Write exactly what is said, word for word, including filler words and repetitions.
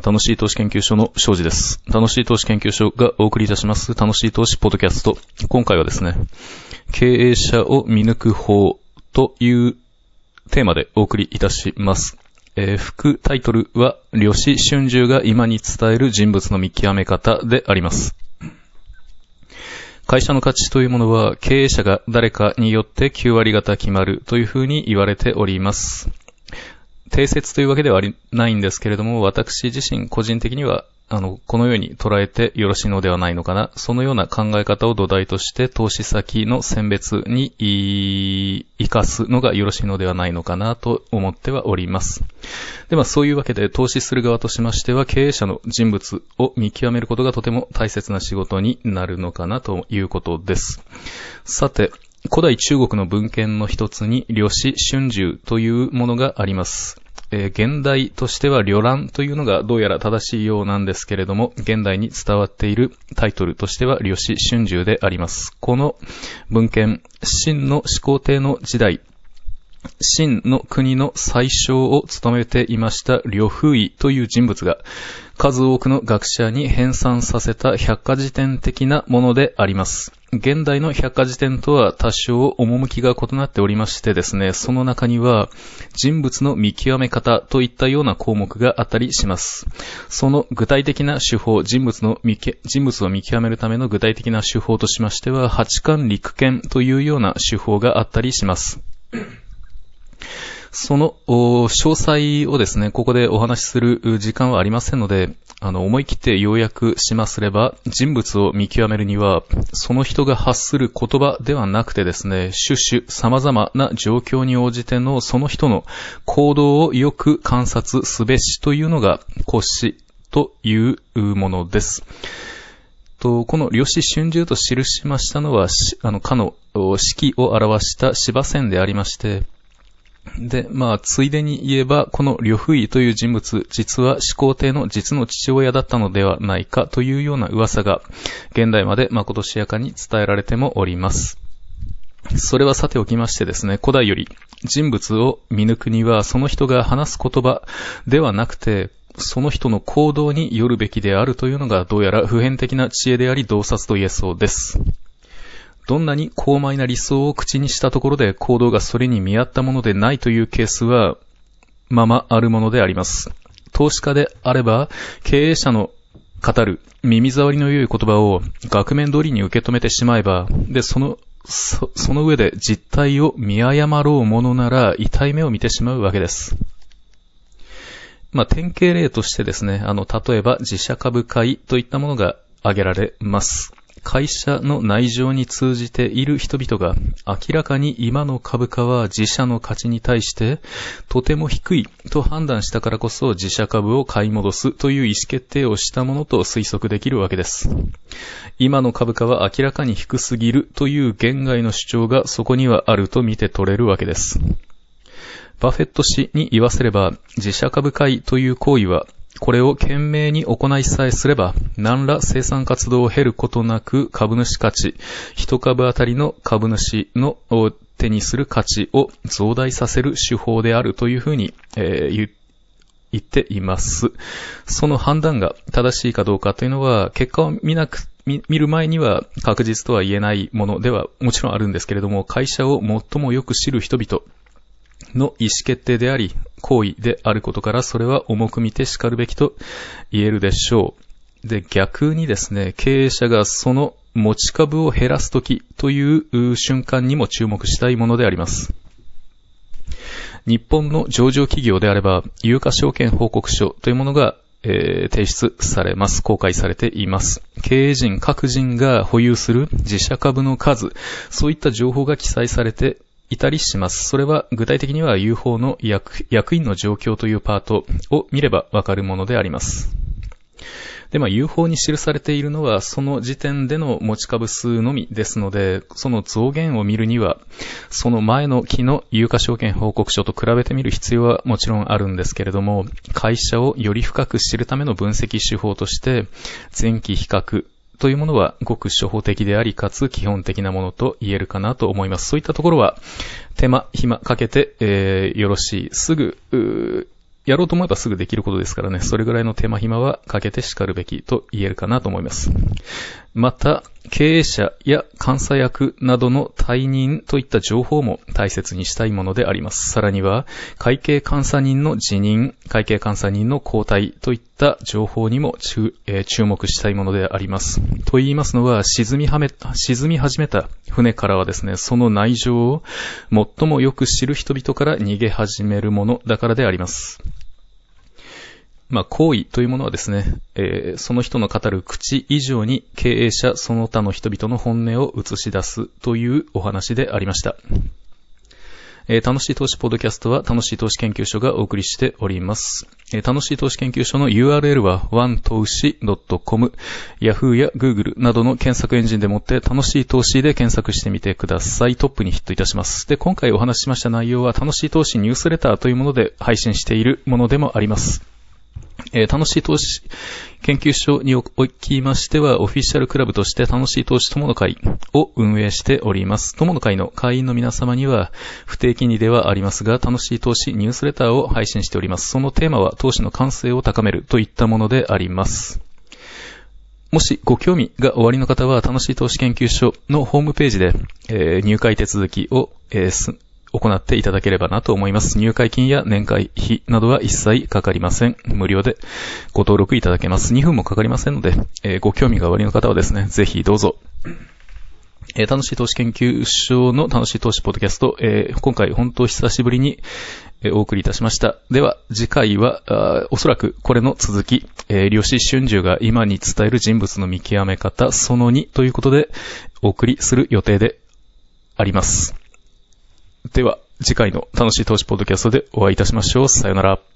楽しい投資研究所の庄司です。楽しい投資研究所がお送りいたします楽しい投資ポッドキャスト。今回はですね、経営者を見抜く方というテーマでお送りいたします。えー、副タイトルは呂氏春秋が今に伝える人物の見極め方であります。会社の価値というものは経営者が誰かによってきゅうわり方決まるというふうに言われております。定説というわけではないんですけれども、私自身個人的にはあのこのように捉えてよろしいのではないのかな。そのような考え方を土台として投資先の選別に生かすのがよろしいのではないのかなと思ってはおります。で、まあそういうわけで投資する側としましては経営者の人物を見極めることがとても大切な仕事になるのかなということです。さて、古代中国の文献の一つに呂氏春秋というものがあります。えー、現代としては呂覧というのがどうやら正しいようなんですけれども、現代に伝わっているタイトルとしては呂氏春秋であります。この文献、秦の始皇帝の時代、秦の国の宰相を務めていました呂不韋という人物が数多くの学者に編纂させた百科事典的なものであります。現代の百科事典とは多少趣が異なっておりましてですね、その中には人物の見極め方といったような項目があったりします。その具体的な手法、人物の見け、人物を見極めるための具体的な手法としましては、八巻陸検というような手法があったりします。その詳細をですね、ここでお話しする時間はありませんので、あの思い切って要約しますれば、人物を見極めるには、その人が発する言葉ではなくてですね、種々様々な状況に応じてのその人の行動をよく観察すべしというのが骨子というものです。とこの呂氏春秋と記しましたのは、あのかの四季を表した司馬遷でありまして、で、まあ、ついでに言えば、この呂不韋という人物、実は始皇帝の実の父親だったのではないかというような噂が、現代までまことしやかに伝えられてもおります。それはさておきましてですね、古代より人物を見抜くには、その人が話す言葉ではなくて、その人の行動によるべきであるというのが、どうやら普遍的な知恵であり、洞察と言えそうです。どんなに高邁な理想を口にしたところで行動がそれに見合ったものでないというケースはままあるものであります。投資家であれば経営者の語る耳障りの良い言葉を額面通りに受け止めてしまえば、でそのそ, その上で実態を見誤ろうものなら痛い目を見てしまうわけです。まあ典型例としてですね、あの例えば自社株買いといったものが挙げられます。会社の内情に通じている人々が明らかに今の株価は自社の価値に対してとても低いと判断したからこそ自社株を買い戻すという意思決定をしたものと推測できるわけです。今の株価は明らかに低すぎるという言外の主張がそこにはあると見て取れるわけです。バフェット氏に言わせれば自社株買いという行為はこれを懸命に行いさえすれば、何ら生産活動を経ることなく株主価値、一株あたりの株主の手にする価値を増大させる手法であるというふうに、えー、言っています。その判断が正しいかどうかというのは、結果を見なく、見、見る前には確実とは言えないものではもちろんあるんですけれども、会社を最もよく知る人々、の意思決定であり行為であることから、それは重く見てしかるべきと言えるでしょう。で、逆にですね、経営者がその持ち株を減らすときという瞬間にも注目したいものであります。日本の上場企業であれば有価証券報告書というものが、えー、提出されます。公開されています。経営陣各人が保有する自社株の数、そういった情報が記載されていたりします。それは具体的には ユーフォー の 役, 役員の状況というパートを見ればわかるものであります。で、まあ ユーフォー に記されているのはその時点での持ち株数のみですので、その増減を見るにはその前の期の有価証券報告書と比べてみる必要はもちろんあるんですけれども、会社をより深く知るための分析手法として前期比較というものはごく初歩的であり、かつ基本的なものと言えるかなと思います。そういったところは手間暇かけて、えー、よろしい。すぐやろうと思えばすぐできることですからね、それぐらいの手間暇はかけて叱るべきと言えるかなと思います。また、経営者や監査役などの退任といった情報も大切にしたいものであります。さらには、会計監査人の辞任、会計監査人の交代といった情報にも 注,、えー、注目したいものであります。と言いますのは、沈みはめ、沈み始めた船からはですね、その内情を最もよく知る人々から逃げ始めるものだからであります。まあ、行為というものはですね、えー、その人の語る口以上に経営者その他の人々の本音を映し出すというお話でありました。えー、楽しい投資ポッドキャストは楽しい投資研究所がお送りしております。えー、楽しい投資研究所の ユーアールエル は ワン投資 ドットコム、Yahoo や Google などの検索エンジンでもって楽しい投資で検索してみてください。トップにヒットいたします。で、今回お話ししました内容は楽しい投資ニュースレターというもので配信しているものでもあります。えー、楽しい投資研究所におきましては、オフィシャルクラブとして楽しい投資友の会を運営しております。友の会の会員の皆様には、不定期にではありますが、楽しい投資ニュースレターを配信しております。そのテーマは、投資の感性を高めるといったものであります。もしご興味がおありの方は、楽しい投資研究所のホームページで、えー、入会手続きを、えー、す行っていただければなと思います。入会金や年会費などは一切かかりません。無料でご登録いただけます。にふんもかかりませんので、えー、ご興味がおありの方はですね、ぜひどうぞ。えー、楽しい投資研究所の楽しい投資ポッドキャスト、えー、今回本当久しぶりに、えー、お送りいたしました。では次回はおそらくこれの続き、えー、量子春秋が今に伝える人物の見極め方そのにということでお送りする予定であります。では、次回の楽しい投資ポッドキャストでお会いいたしましょう。さよなら。